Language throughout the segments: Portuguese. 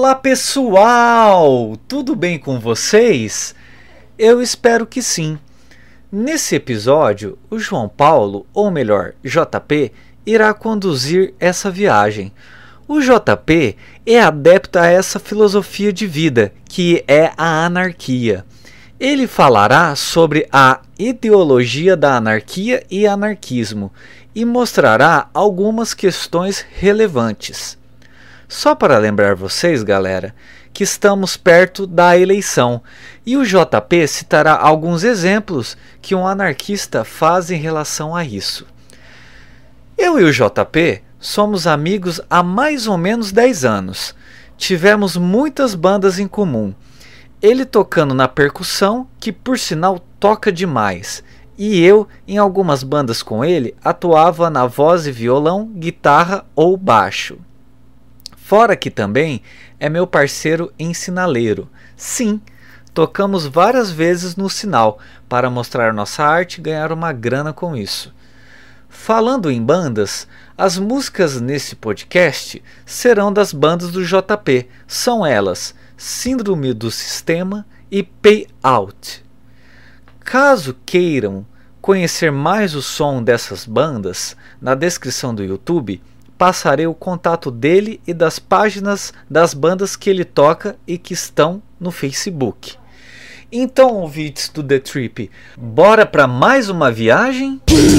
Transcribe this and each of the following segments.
Olá pessoal, tudo bem com vocês? Eu espero que sim. Nesse episódio, o João Paulo, ou melhor, JP, irá conduzir essa viagem. O JP é adepto a essa filosofia de vida, que é a anarquia. Ele falará sobre a ideologia da anarquia e anarquismo e mostrará algumas questões relevantes. Só para lembrar vocês, galera, que estamos perto da eleição e o JP citará alguns exemplos que um anarquista faz em relação a isso. Eu e o JP somos amigos há mais ou menos 10 anos. Tivemos muitas bandas em comum. Ele tocando na percussão, que por sinal toca demais, e eu, em algumas bandas com ele, atuava na voz e violão, guitarra ou baixo. Fora que também é meu parceiro em sinaleiro. Sim, tocamos várias vezes no sinal para mostrar nossa arte e ganhar uma grana com isso. Falando em bandas, as músicas nesse podcast serão das bandas do JP. São elas Síndrome do Sistema e Pay Out. Caso queiram conhecer mais o som dessas bandas, na descrição do YouTube passarei o contato dele e das páginas das bandas que ele toca e que estão no Facebook. Então, ouvintes do The Trip, bora para mais uma viagem?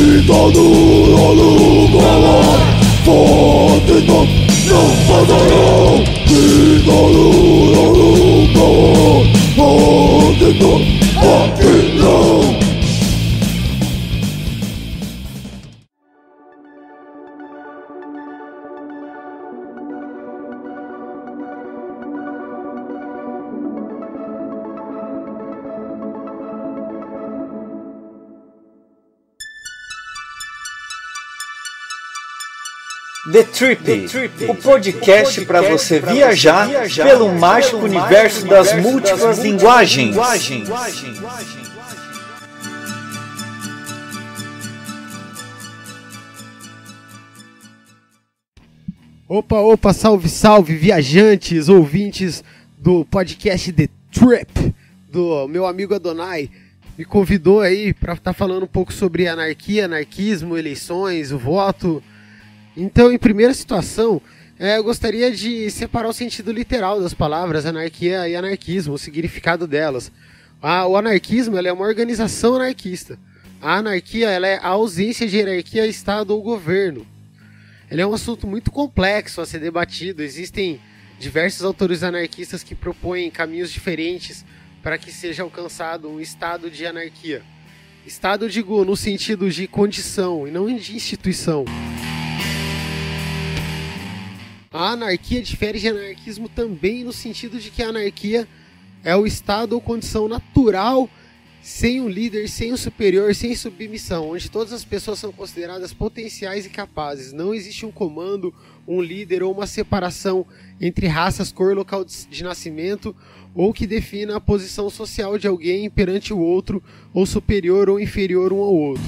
The Trip, o podcast para você viajar pelo mágico universo das múltiplas linguagens. Opa, salve, viajantes, ouvintes do podcast The Trip, do meu amigo Adonai. Me convidou aí para estar falando um pouco sobre anarquia, anarquismo, eleições, o voto. Então, em primeira situação, eu gostaria de separar o sentido literal das palavras anarquia e anarquismo, o significado delas. O anarquismo ela é uma organização anarquista. A anarquia ela é a ausência de hierarquia, Estado ou governo. Ele é um assunto muito complexo a ser debatido. Existem diversos autores anarquistas que propõem caminhos diferentes para que seja alcançado um estado de anarquia. Estado, digo, no sentido de condição e não de instituição. A anarquia difere de anarquismo também no sentido de que a anarquia é o estado ou condição natural, sem um líder, sem um superior, sem submissão, onde todas as pessoas são consideradas potenciais e capazes. Não existe um comando, um líder ou uma separação entre raças, cor, local de nascimento, ou que defina a posição social de alguém perante o outro, ou superior ou inferior um ao outro.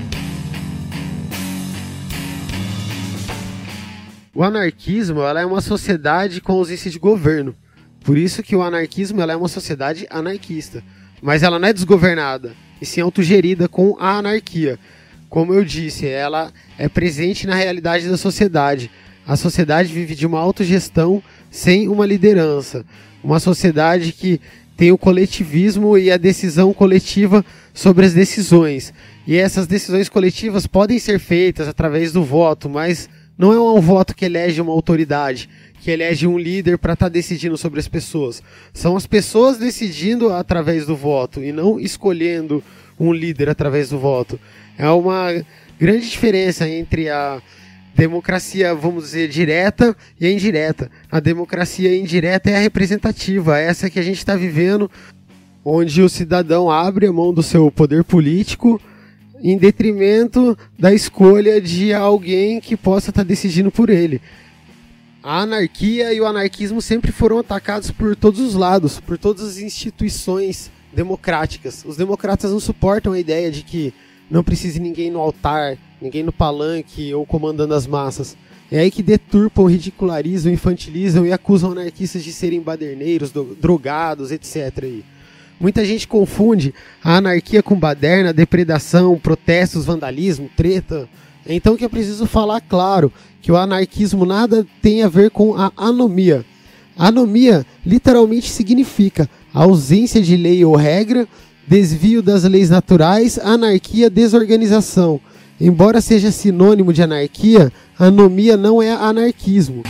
O anarquismo ela é uma sociedade com ausência de governo. Por isso que o anarquismo ela é uma sociedade anarquista. Mas ela não é desgovernada, e sim autogerida com a anarquia. Como eu disse, ela é presente na realidade da sociedade. A sociedade vive de uma autogestão sem uma liderança. Uma sociedade que tem o coletivismo e a decisão coletiva sobre as decisões. E essas decisões coletivas podem ser feitas através do voto, mas não é um voto que elege uma autoridade, que elege um líder para estar decidindo sobre as pessoas. São as pessoas decidindo através do voto e não escolhendo um líder através do voto. É uma grande diferença entre a democracia, vamos dizer, direta e a indireta. A democracia indireta é a representativa, essa que a gente está vivendo, onde o cidadão abre a mão do seu poder político em detrimento da escolha de alguém que possa estar decidindo por ele. A anarquia e o anarquismo sempre foram atacados por todos os lados, por todas as instituições democráticas. Os democratas não suportam a ideia de que não precise ninguém no altar, ninguém no palanque ou comandando as massas. É aí que deturpam, ridicularizam, infantilizam e acusam anarquistas de serem baderneiros, drogados, etc. Aí. Muita gente confunde a anarquia com baderna, depredação, protestos, vandalismo, treta. Então que é preciso falar claro que o anarquismo nada tem a ver com a anomia. Anomia literalmente significa ausência de lei ou regra, desvio das leis naturais, anarquia, desorganização. Embora seja sinônimo de anarquia, anomia não é anarquismo.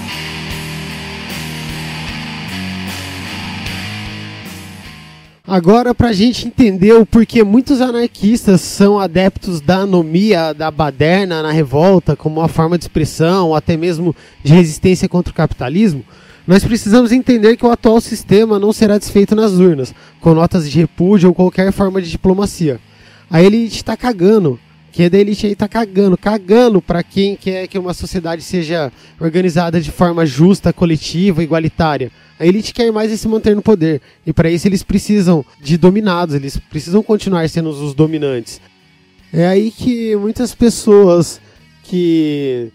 Agora, para a gente entender o porquê muitos anarquistas são adeptos da anomia, da baderna na revolta, como uma forma de expressão, ou até mesmo de resistência contra o capitalismo, nós precisamos entender que o atual sistema não será desfeito nas urnas, com notas de repúdio ou qualquer forma de diplomacia. A elite está cagando. Quem é da elite aí tá cagando para quem quer que uma sociedade seja organizada de forma justa, coletiva, igualitária. A elite quer mais se manter no poder, e para isso eles precisam de dominados, eles precisam continuar sendo os dominantes. É aí que muitas pessoas que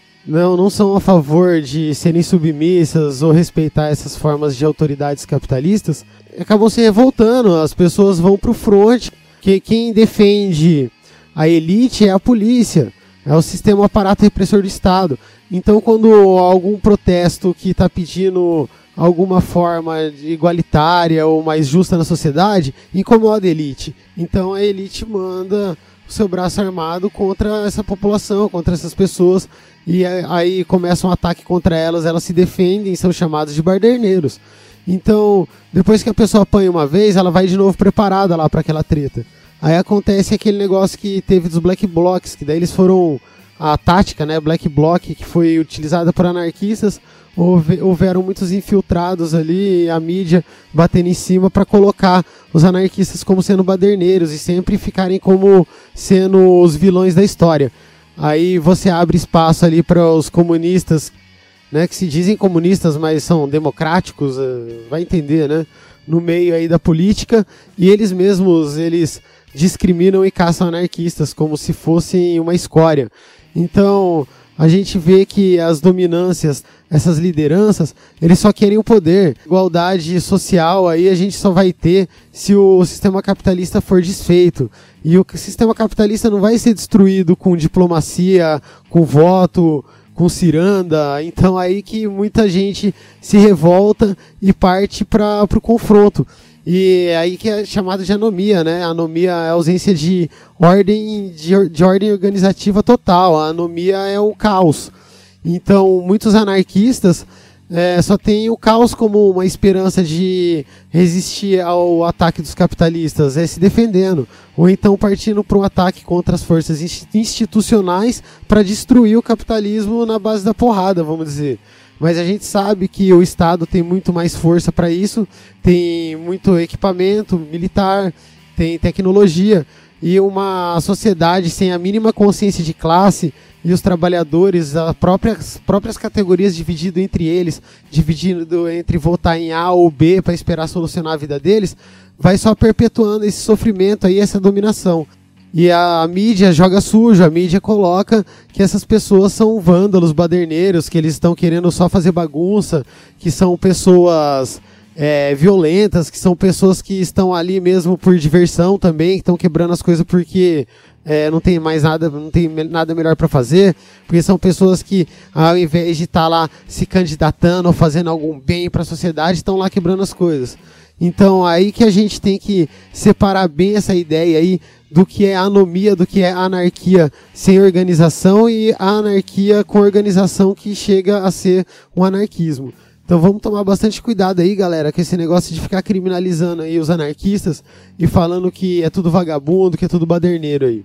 não são a favor de serem submissas ou respeitar essas formas de autoridades capitalistas, acabam se revoltando, as pessoas vão pro fronte, que quem defende a elite é a polícia, é o sistema, o aparato repressor do Estado. Então, quando algum protesto que está pedindo alguma forma igualitária ou mais justa na sociedade, incomoda a elite. Então, a elite manda o seu braço armado contra essa população, contra essas pessoas, e aí começa um ataque contra elas, elas se defendem, são chamadas de baderneiros. Então, depois que a pessoa apanha uma vez, ela vai de novo preparada lá para aquela treta. Aí acontece aquele negócio que teve dos Black Blocs, que daí eles foram... A tática, né, Black Bloc, que foi utilizada por anarquistas, houveram muitos infiltrados ali, a mídia batendo em cima para colocar os anarquistas como sendo baderneiros e sempre ficarem como sendo os vilões da história. Aí você abre espaço ali para os comunistas, né, que se dizem comunistas, mas são democráticos, vai entender, né, no meio aí da política, e eles mesmos, eles discriminam e caçam anarquistas como se fossem uma escória. Então, a gente vê que as dominâncias, essas lideranças, eles só querem o poder. Igualdade social aí a gente só vai ter se o sistema capitalista for desfeito. E o sistema capitalista não vai ser destruído com diplomacia, com voto, com ciranda. Então aí que muita gente se revolta e parte para o confronto. E é aí que é chamado de anomia, né? A anomia é a ausência de ordem, de ordem organizativa total. A anomia é o caos. Então, muitos anarquistas só têm o caos como uma esperança de resistir ao ataque dos capitalistas, se defendendo. Ou então partindo para um ataque contra as forças institucionais para destruir o capitalismo na base da porrada, vamos dizer. Mas a gente sabe que o Estado tem muito mais força para isso, tem muito equipamento militar, tem tecnologia, e uma sociedade sem a mínima consciência de classe e os trabalhadores, as próprias categorias dividido entre eles, dividindo entre votar em A ou B para esperar solucionar a vida deles, vai só perpetuando esse sofrimento aí, essa dominação. E a mídia joga sujo, a mídia coloca que essas pessoas são vândalos, baderneiros, que eles estão querendo só fazer bagunça, que são pessoas violentas, que são pessoas que estão ali mesmo por diversão também, que estão quebrando as coisas porque não tem mais nada, não tem nada melhor para fazer, porque são pessoas que ao invés de estar lá se candidatando ou fazendo algum bem para a sociedade, estão lá quebrando as coisas. Então aí que a gente tem que separar bem essa ideia aí do que é anomia, do que é anarquia sem organização e a anarquia com organização que chega a ser um anarquismo. Então vamos tomar bastante cuidado aí, galera, com esse negócio de ficar criminalizando aí os anarquistas e falando que é tudo vagabundo, que é tudo baderneiro aí.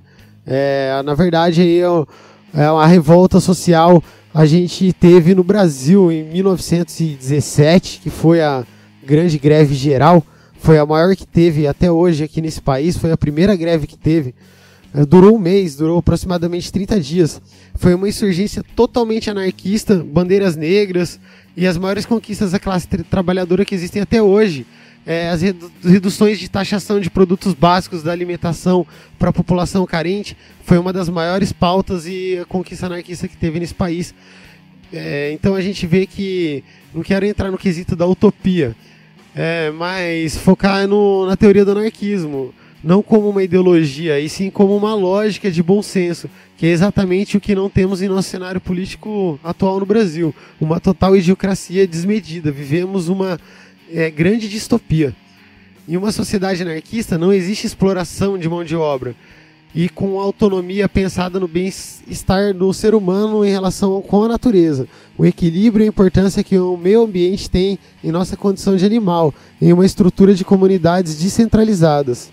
Na verdade aí é uma revolta social. A gente teve no Brasil em 1917, que foi a grande greve geral, foi a maior que teve até hoje aqui nesse país, foi a primeira greve que teve, durou um mês, durou aproximadamente 30 dias, foi uma insurgência totalmente anarquista, bandeiras negras e as maiores conquistas da classe trabalhadora que existem até hoje, as reduções de taxação de produtos básicos da alimentação para a população carente foi uma das maiores pautas e a conquista anarquista que teve nesse país. Então a gente vê que, não quero entrar no quesito da utopia, mas focar na teoria do anarquismo, não como uma ideologia, e sim como uma lógica de bom senso, que é exatamente o que não temos em nosso cenário político atual no Brasil. Uma total idiocracia desmedida. Vivemos uma grande distopia. Em uma sociedade anarquista não existe exploração de mão de obra, e com autonomia pensada no bem-estar do ser humano em relação com a natureza, o equilíbrio e a importância que o meio ambiente tem em nossa condição de animal, em uma estrutura de comunidades descentralizadas.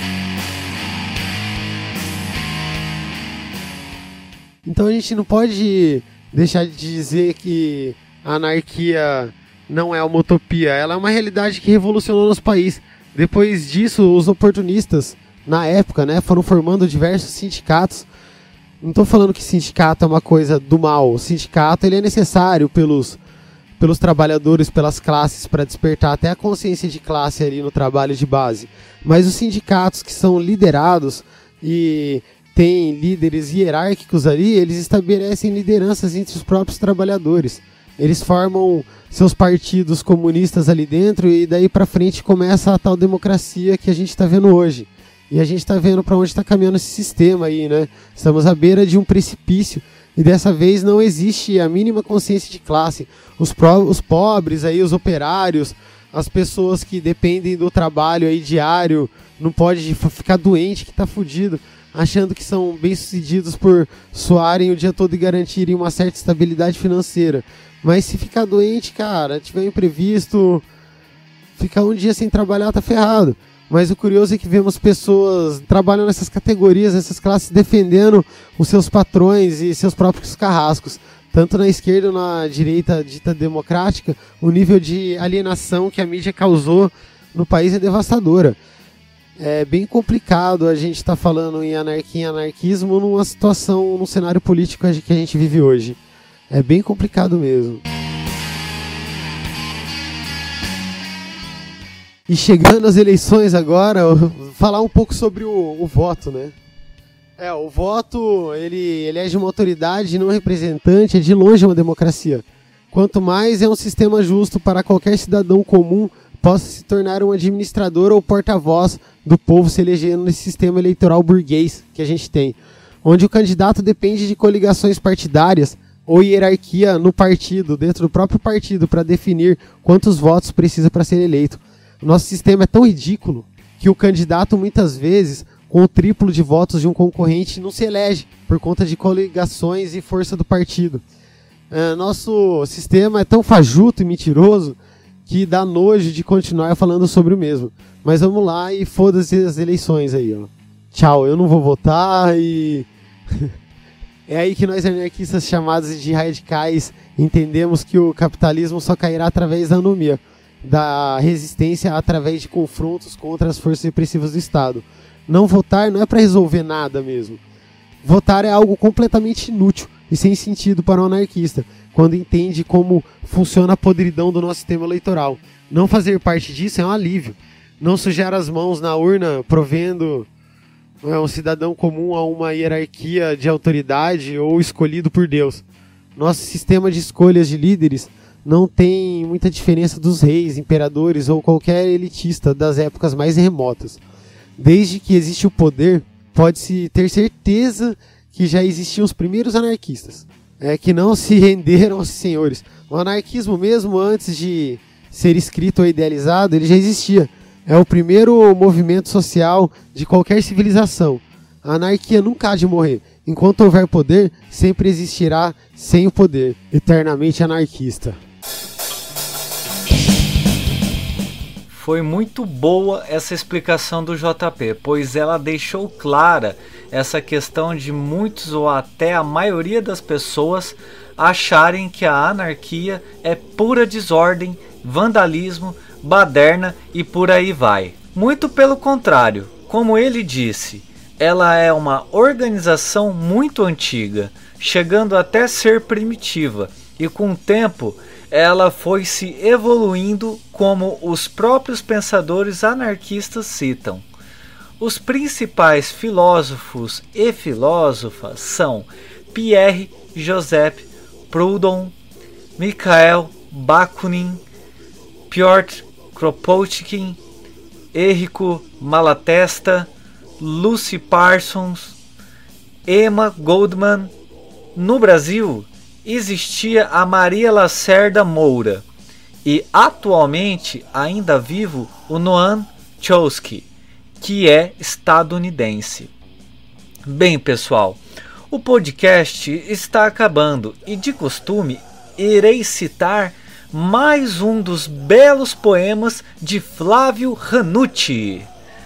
Então a gente não pode deixar de dizer que a anarquia não é uma utopia, ela é uma realidade que revolucionou nosso país. Depois disso, os oportunistas, na época, foram formando diversos sindicatos. Não estou falando que sindicato é uma coisa do mal. O sindicato ele é necessário pelos trabalhadores, pelas classes, para despertar até a consciência de classe ali no trabalho de base. Mas os sindicatos que são liderados e tem líderes hierárquicos ali, eles estabelecem lideranças entre os próprios trabalhadores. Eles formam seus partidos comunistas ali dentro e daí para frente começa a tal democracia que a gente está vendo hoje. E a gente está vendo para onde está caminhando esse sistema aí, né? Estamos à beira de um precipício e dessa vez não existe a mínima consciência de classe. Os pobres, aí, os operários, as pessoas que dependem do trabalho aí diário, não pode ficar doente, que está fudido, achando que são bem-sucedidos por suarem o dia todo e garantirem uma certa estabilidade financeira. Mas se ficar doente, cara, tiver imprevisto, ficar um dia sem trabalhar, tá ferrado. Mas o curioso é que vemos pessoas trabalhando nessas categorias, nessas classes, defendendo os seus patrões e seus próprios carrascos. Tanto na esquerda ou na direita dita democrática, o nível de alienação que a mídia causou no país é devastadora. É bem complicado a gente estar falando em anarquia e anarquismo numa situação, num cenário político que a gente vive hoje. É bem complicado mesmo. E chegando às eleições agora, falar um pouco sobre o voto, né? O voto, ele é de uma autoridade não representante, é de longe uma democracia. Quanto mais é um sistema justo para qualquer cidadão comum possa se tornar um administrador ou porta-voz do povo se elegendo nesse sistema eleitoral burguês que a gente tem, onde o candidato depende de coligações partidárias ou hierarquia no partido, dentro do próprio partido, para definir quantos votos precisa para ser eleito. O nosso sistema é tão ridículo que o candidato, muitas vezes, com o triplo de votos de um concorrente, não se elege por conta de coligações e força do partido. Nosso sistema é tão fajuto e mentiroso que dá nojo de continuar falando sobre o mesmo. Mas vamos lá e foda-se as eleições aí, ó. Tchau, eu não vou votar e... É aí que nós anarquistas chamados de radicais entendemos que o capitalismo só cairá através da anomia, da resistência através de confrontos contra as forças repressivas do Estado. Não votar não é para resolver nada mesmo. Votar é algo completamente inútil e sem sentido para um anarquista, quando entende como funciona a podridão do nosso sistema eleitoral. Não fazer parte disso é um alívio. Não sujar as mãos na urna provendo um cidadão comum a uma hierarquia de autoridade ou escolhido por Deus. Nosso sistema de escolhas de líderes não tem muita diferença dos reis, imperadores ou qualquer elitista das épocas mais remotas. Desde que existe o poder, pode-se ter certeza que já existiam os primeiros anarquistas, que não se renderam aos senhores. O anarquismo, mesmo antes de ser escrito ou idealizado, ele já existia. É o primeiro movimento social de qualquer civilização. A anarquia nunca há de morrer. Enquanto houver poder, sempre existirá sem o poder. Eternamente anarquista. Foi muito boa essa explicação do JP, pois ela deixou clara essa questão de muitos ou até a maioria das pessoas acharem que a anarquia é pura desordem, vandalismo, baderna e por aí vai. Muito pelo contrário, como ele disse, ela é uma organização muito antiga, chegando até ser primitiva, e com o tempo ela foi se evoluindo como os próprios pensadores anarquistas citam. Os principais filósofos e filósofas são Pierre-Joseph Proudhon, Mikhail Bakunin, Piotr Kropotkin, Enrico Malatesta, Lucy Parsons, Emma Goldman. No Brasil, existia a Maria Lacerda Moura e atualmente ainda vivo o Noam Chomsky, que é estadunidense. Bem, pessoal, o podcast está acabando e, de costume, irei citar mais um dos belos poemas de Flávio Ranucci.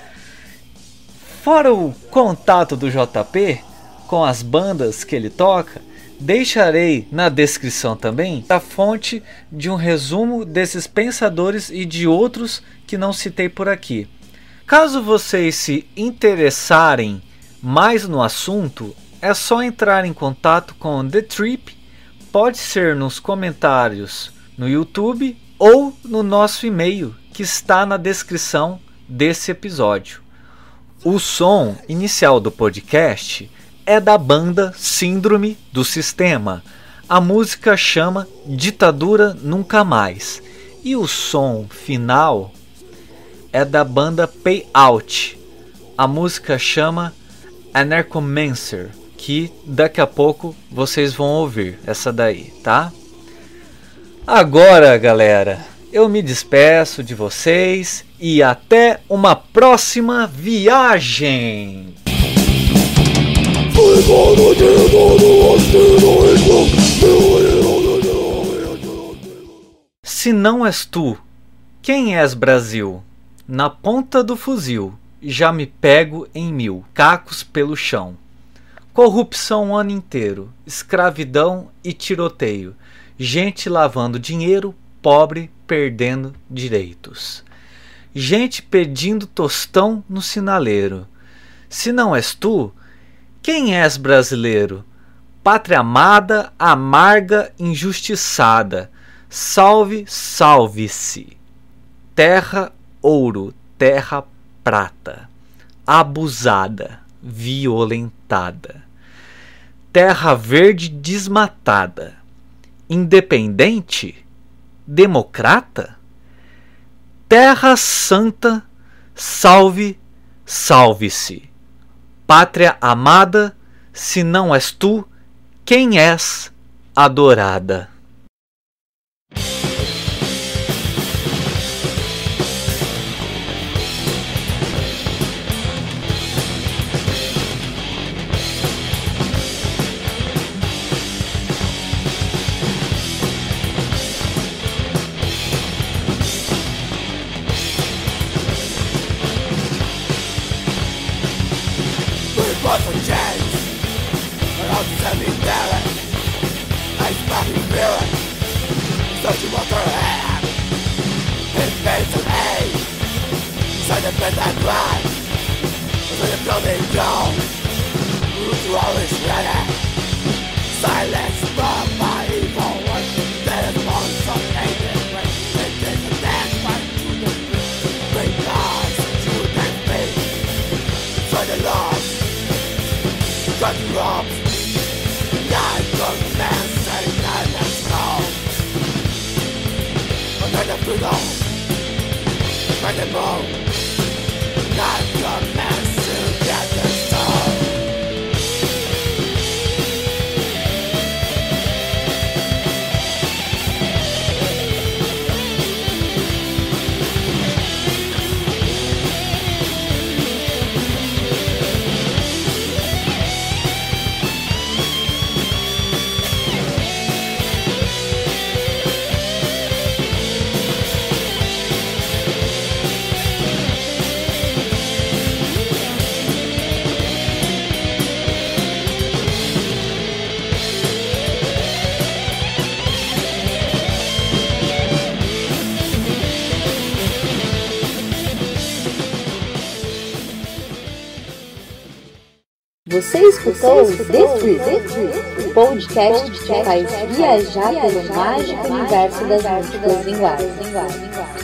Fora o contato do JP com as bandas que ele toca, deixarei na descrição também a fonte de um resumo desses pensadores e de outros que não citei por aqui. Caso vocês se interessarem mais no assunto, é só entrar em contato com The Trip, pode ser nos comentários no YouTube ou no nosso e-mail que está na descrição desse episódio. O som inicial do podcast é da banda Síndrome do Sistema. A música chama Ditadura Nunca Mais. E o som final é da banda Payout. A música chama Anarchomancer, que daqui a pouco vocês vão ouvir essa daí, tá? Agora, galera, eu me despeço de vocês e até uma próxima viagem! Se não és tu, quem és, Brasil? Na ponta do fuzil, já me pego em 1000 cacos pelo chão. Corrupção o ano inteiro, escravidão e tiroteio, gente lavando dinheiro, pobre perdendo direitos. Gente pedindo tostão no sinaleiro. Se não és tu, quem és, brasileiro? Pátria amada, amarga, injustiçada. Salve, salve-se. Terra ouro, terra prata. Abusada, violentada. Terra verde desmatada. Independente? Democrata? Terra santa, salve, salve-se. Pátria amada, se não és tu, quem és, adorada? Você escutou The Trip, o podcast que faz viajar pelo mágico universo das múltiplas linguagens.